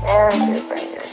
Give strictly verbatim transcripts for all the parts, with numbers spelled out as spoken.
Energy Bringers.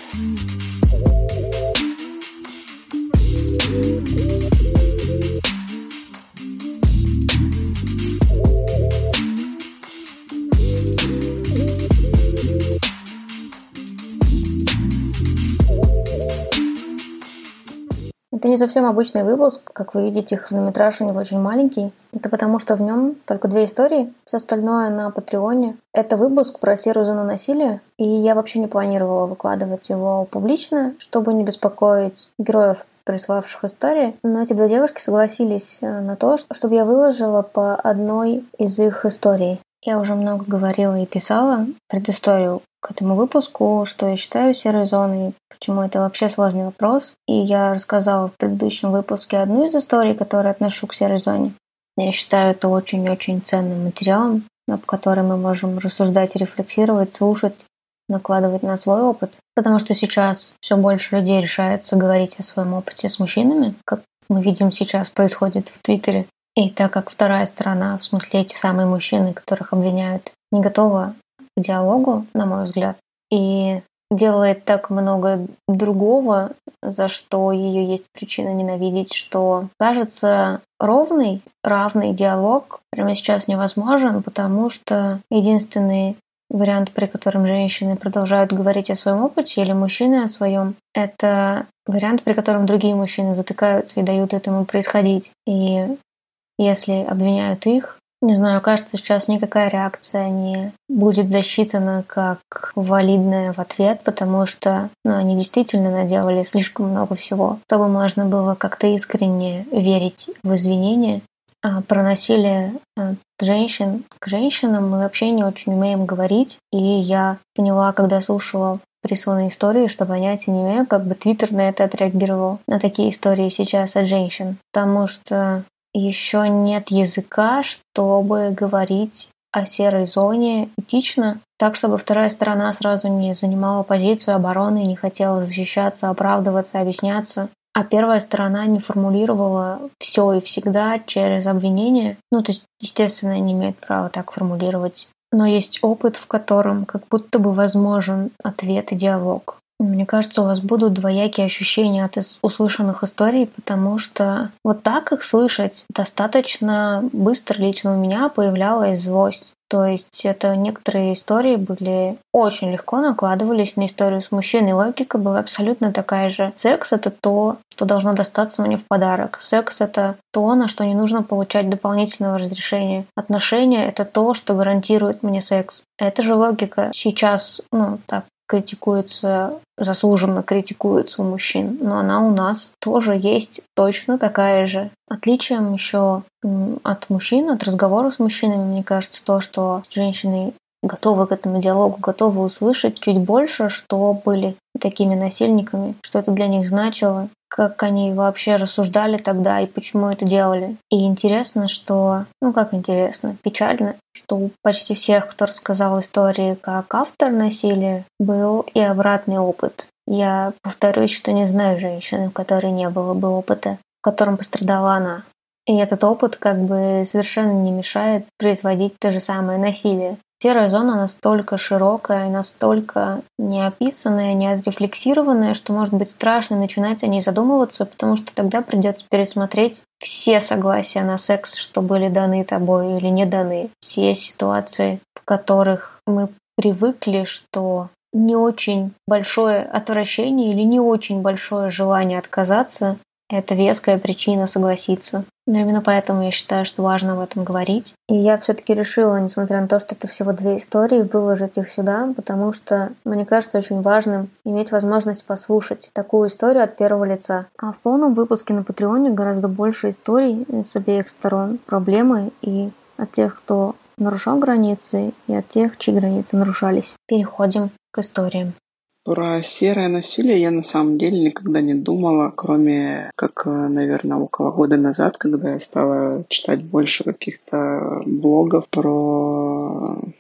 Это не совсем обычный выпуск. Как вы видите, хронометраж у него очень маленький. Это потому, что в нем только две истории, все остальное на Патреоне. Это выпуск про серую зону насилия, и я вообще не планировала выкладывать его публично, чтобы не беспокоить героев, приславших истории. Но эти две девушки согласились на то, чтобы я выложила по одной из их историй. Я уже много говорила и писала предысторию к этому выпуску, что я считаю серой зоной, почему это вообще сложный вопрос. И я рассказала в предыдущем выпуске одну из историй, которую отношу к серой зоне. Я считаю это очень-очень ценным материалом, об котором мы можем рассуждать, рефлексировать, слушать, накладывать на свой опыт. Потому что сейчас все больше людей решается говорить о своем опыте с мужчинами, как мы видим сейчас происходит в Твиттере. И так как вторая сторона, в смысле эти самые мужчины, которых обвиняют, не готова к диалогу, на мой взгляд, и делает так много другого, за что ее есть причина ненавидеть, что, кажется, ровный, равный диалог прямо сейчас невозможен, потому что единственный вариант, при котором женщины продолжают говорить о своем опыте или мужчины о своем, это вариант, при котором другие мужчины затыкаются и дают этому происходить. И если обвиняют их, не знаю, кажется, сейчас никакая реакция не будет засчитана как валидная в ответ, потому что ну, они действительно наделали слишком много всего, чтобы можно было как-то искренне верить в извинения. А про насилие от женщин к женщинам мы вообще не очень умеем говорить. И я поняла, когда слушала присланные истории, что понятия не имею, как бы Твиттер на это отреагировал, на такие истории сейчас от женщин. Потому что еще нет языка, чтобы говорить о серой зоне этично, так, чтобы вторая сторона сразу не занимала позицию обороны и не хотела защищаться, оправдываться, объясняться, а первая сторона не формулировала все и всегда через обвинение. Ну, то есть, естественно, не имеет права так формулировать. Но есть опыт, в котором как будто бы возможен ответ и диалог. Мне кажется, у вас будут двоякие ощущения от услышанных историй, потому что вот так их слышать достаточно быстро лично у меня появлялась злость. То есть это некоторые истории были очень легко накладывались на историю с мужчиной. Логика была абсолютно такая же. Секс — это то, что должно достаться мне в подарок. Секс — это то, на что не нужно получать дополнительного разрешения. Отношения — это то, что гарантирует мне секс. Эта же логика сейчас, ну, так, критикуется, заслуженно критикуется у мужчин, но она у нас тоже есть точно такая же. Отличием еще от мужчин, от разговора с мужчинами, мне кажется, то, что женщины готовы к этому диалогу, готовы услышать чуть больше, что были такими насильниками, что это для них значило, как они вообще рассуждали тогда и почему это делали. И интересно, что... Ну, как интересно? Печально, что у почти всех, кто рассказал истории как автор насилия, был и обратный опыт. Я повторюсь, что не знаю женщины, у которой не было бы опыта, в котором пострадала она. И этот опыт как бы совершенно не мешает производить то же самое насилие. Серая зона настолько широкая, настолько неописанная, неотрефлексированная, что может быть страшно начинать о ней задумываться, потому что тогда придется пересмотреть все согласия на секс, что были даны тобой или не даны. Все ситуации, в которых мы привыкли, что не очень большое отвращение или не очень большое желание отказаться — это веская причина согласиться. Но именно поэтому я считаю, что важно об этом говорить. И я все-таки решила, несмотря на то, что это всего две истории, выложить их сюда, потому что мне кажется очень важным иметь возможность послушать такую историю от первого лица. А в полном выпуске на Патреоне гораздо больше историй с обеих сторон проблемы и от тех, кто нарушал границы, и от тех, чьи границы нарушались. Переходим к историям. Про серое насилие я на самом деле никогда не думала, кроме как, наверное, около года назад, когда я стала читать больше каких-то блогов про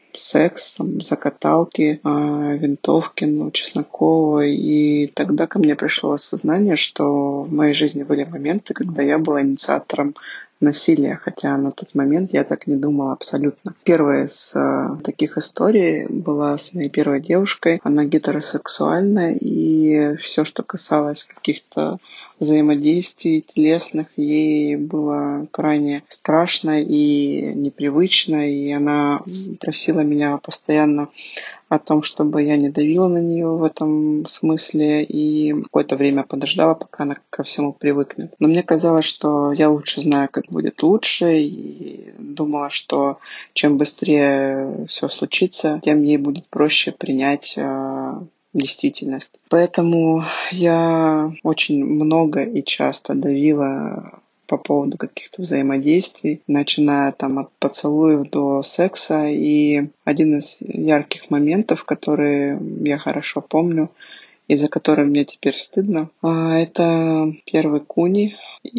секс, там, закаталки, а, Винтовкину, Чеснокова. И тогда ко мне пришло осознание, что в моей жизни были моменты, когда я была инициатором насилия, хотя на тот момент я так не думала абсолютно. Первая из э, таких историй была с моей первой девушкой. Она гетеросексуальна, и все, что касалось каких-то взаимодействий телесных, ей было крайне страшно и непривычно, и она просила меня постоянно о том, чтобы я не давила на нее в этом смысле, и какое-то время подождала, пока она ко всему привыкнет. Но мне казалось, что я лучше знаю, как будет лучше, и думала, что чем быстрее все случится, тем ей будет проще принять э, действительность. Поэтому я очень много и часто давила по поводу каких-то взаимодействий, начиная там от поцелуев до секса. И один из ярких моментов, которые я хорошо помню, и за который мне теперь стыдно, это первый куни.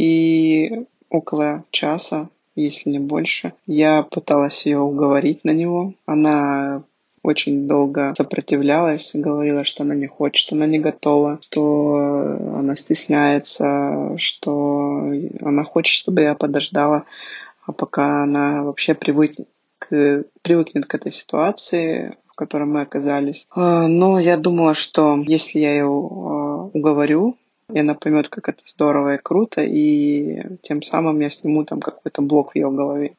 И около часа, если не больше, я пыталась ее уговорить на него. Она очень долго сопротивлялась, говорила, что она не хочет, она не готова, что она стесняется, что она хочет, чтобы я подождала, а пока она вообще привыкнет к, привыкнет к этой ситуации, в которой мы оказались. Но я думала, что если я ее уговорю, и она поймет, как это здорово и круто, и тем самым я сниму там какой-то блок в ее голове.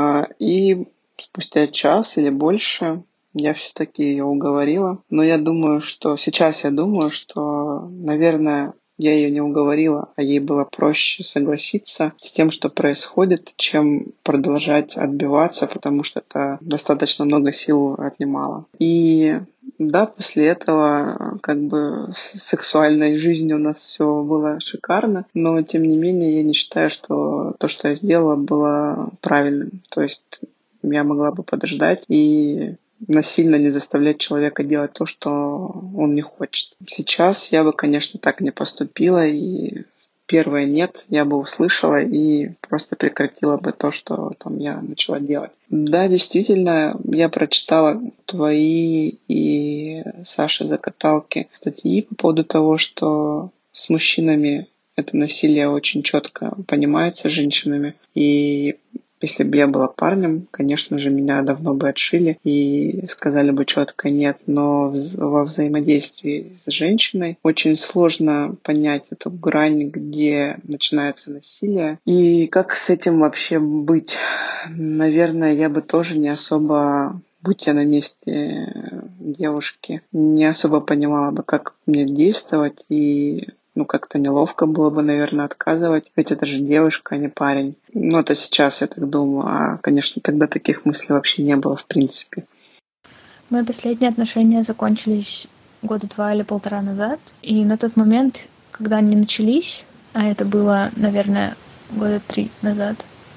И спустя час или больше я все-таки ее уговорила. Но я думаю, что сейчас я думаю, что, наверное, я ее не уговорила, а ей было проще согласиться с тем, что происходит, чем продолжать отбиваться, потому что это достаточно много сил отнимало. И да, после этого как бы с сексуальной жизнью у нас все было шикарно, но тем не менее я не считаю, что то, что я сделала, было правильным. То есть я могла бы подождать и насильно не заставлять человека делать то, что он не хочет. Сейчас я бы, конечно, так не поступила, и первое «нет» я бы услышала и просто прекратила бы то, что там я начала делать. Да, действительно, я прочитала твои и Саши Закаталки статьи по поводу того, что с мужчинами это насилие очень четко понимается женщинами, и если бы я была парнем, конечно же, меня давно бы отшили и сказали бы четко «нет». Но во взаимодействии с женщиной очень сложно понять эту грань, где начинается насилие. И как с этим вообще быть? Наверное, я бы тоже не особо, будь я на месте девушки, не особо понимала бы, как мне действовать, и ну, как-то неловко было бы, наверное, отказывать, ведь это же девушка, а не парень. Ну, это сейчас я так думаю, а, конечно, тогда таких мыслей вообще не было в принципе. Мои последние отношения закончились года два или полтора назад, и на тот момент, когда они начались, а это было, наверное, года три назад,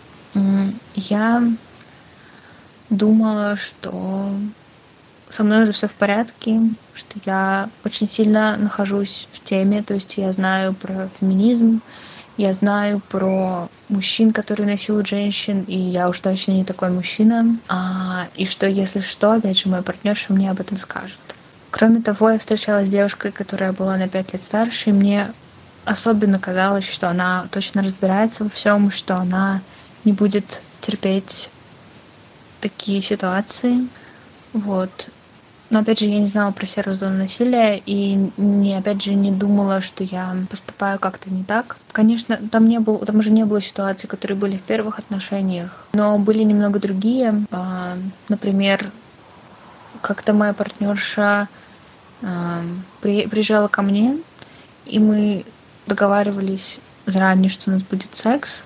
я думала, что со мной уже все в порядке, что я очень сильно нахожусь в теме, то есть я знаю про феминизм, я знаю про мужчин, которые насилуют женщин, и я уж точно не такой мужчина, а, и что, если что, опять же, мой партнерша мне об этом скажет. Кроме того, я встречалась с девушкой, которая была на пять лет старше, и мне особенно казалось, что она точно разбирается во всем, что она не будет терпеть такие ситуации. Вот. Но, опять же, я не знала про серую зону насилия и, не, опять же, не думала, что я поступаю как-то не так. Конечно, там, не было, там уже не было ситуаций, которые были в первых отношениях, но были немного другие. Например, как-то моя партнерша при, приезжала ко мне, и мы договаривались заранее, что у нас будет секс.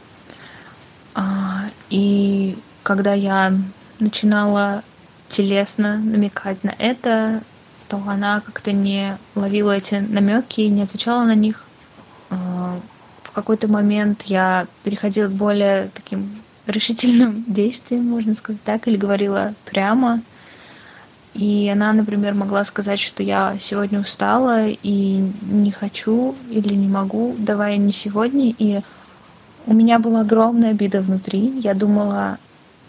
И когда я начинала телесно намекать на это, то она как-то не ловила эти намеки и не отвечала на них. В какой-то момент я переходила к более таким решительным действиям, можно сказать так, или говорила прямо. И она, например, могла сказать, что я сегодня устала и не хочу или не могу, давай не сегодня. И у меня была огромная обида внутри. Я думала,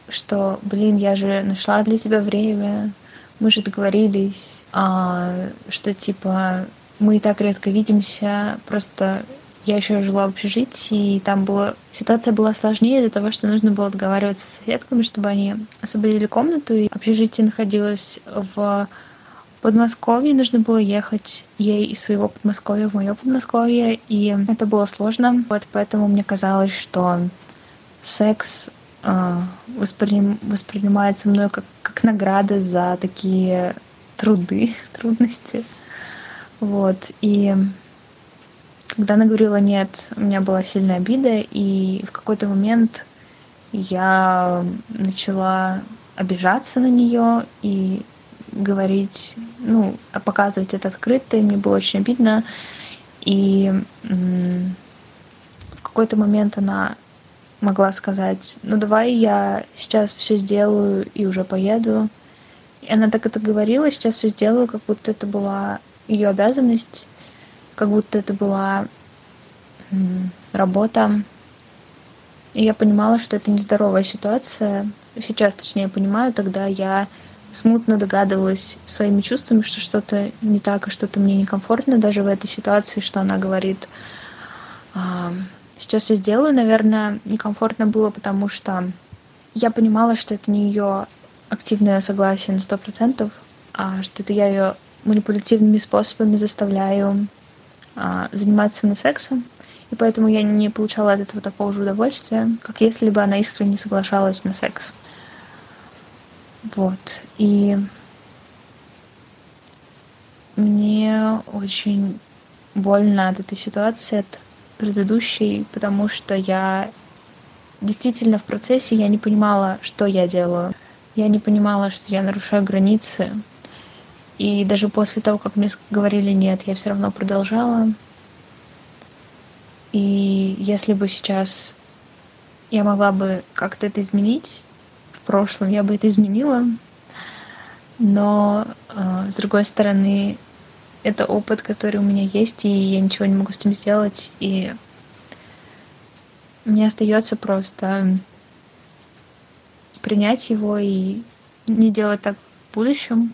что, блин, я же нашла для тебя время, мы же договорились, а, что типа мы и так редко видимся, просто я еще жила в общежитии, и там была ситуация была сложнее из-за того, что нужно было договариваться с соседками, чтобы они освободили комнату, и общежитие находилось в Подмосковье, нужно было ехать ей из своего Подмосковья в мое Подмосковье, и это было сложно. Вот поэтому мне казалось, что секс э, восприним, воспринимается мной как, как награда за такие труды, трудности. Вот. И когда она говорила «нет», у меня была сильная обида, и в какой-то момент я начала обижаться на нее и говорить, ну, показывать это открыто, и мне было очень обидно. И м- в какой-то момент она могла сказать: ну давай я сейчас все сделаю и уже поеду. И она так это говорила: сейчас все сделаю, как будто это была ее обязанность, как будто это была м, работа. И я понимала, что это нездоровая ситуация. Сейчас, точнее, понимаю, тогда я смутно догадывалась своими чувствами, что что-то не так и что-то мне некомфортно даже в этой ситуации, что она говорит. А, Сейчас все сделаю, наверное, некомфортно было, потому что я понимала, что это не ее активное согласие на сто процентов, а что это я ее манипулятивными способами заставляю а, заниматься со мной сексом. И поэтому я не получала от этого такого же удовольствия, как если бы она искренне соглашалась на секс. Вот. И мне очень больно от этой ситуации, от предыдущей, потому что я действительно в процессе я не понимала, что я делаю. Я не понимала, что я нарушаю границы. И даже после того, как мне говорили «нет», я все равно продолжала. И если бы сейчас я могла бы как-то это изменить, в прошлом я бы это изменила. Но, э, с другой стороны, это опыт, который у меня есть, и я ничего не могу с этим сделать. И мне остается просто принять его и не делать так в будущем.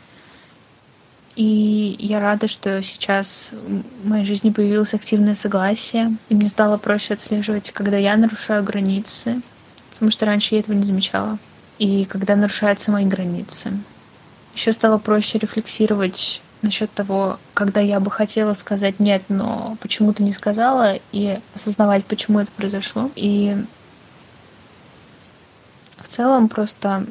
И я рада, что сейчас в моей жизни появилось активное согласие, и мне стало проще отслеживать, когда я нарушаю границы, потому что раньше я этого не замечала, и когда нарушаются мои границы. Еще стало проще рефлексировать насчет того, когда я бы хотела сказать «нет», но почему-то не сказала, и осознавать, почему это произошло. И в целом просто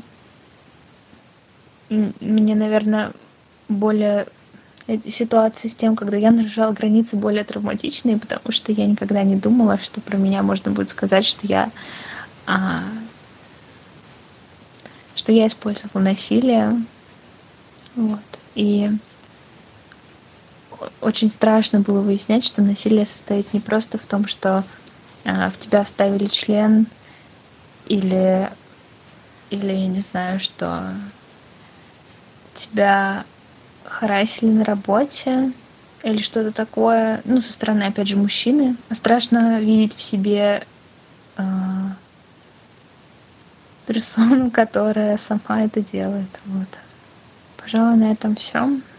мне, наверное, более эти ситуации с тем, когда я нарушала границы, более травматичные, потому что я никогда не думала, что про меня можно будет сказать, что я а, что я использовала насилие. Вот. И очень страшно было выяснять, что насилие состоит не просто в том, что а, в тебя вставили член, или, или я не знаю, что тебя харасили на работе или что-то такое, ну, со стороны, опять же, мужчины. Страшно видеть в себе э, персону, которая сама это делает. Вот. Пожалуй, на этом все.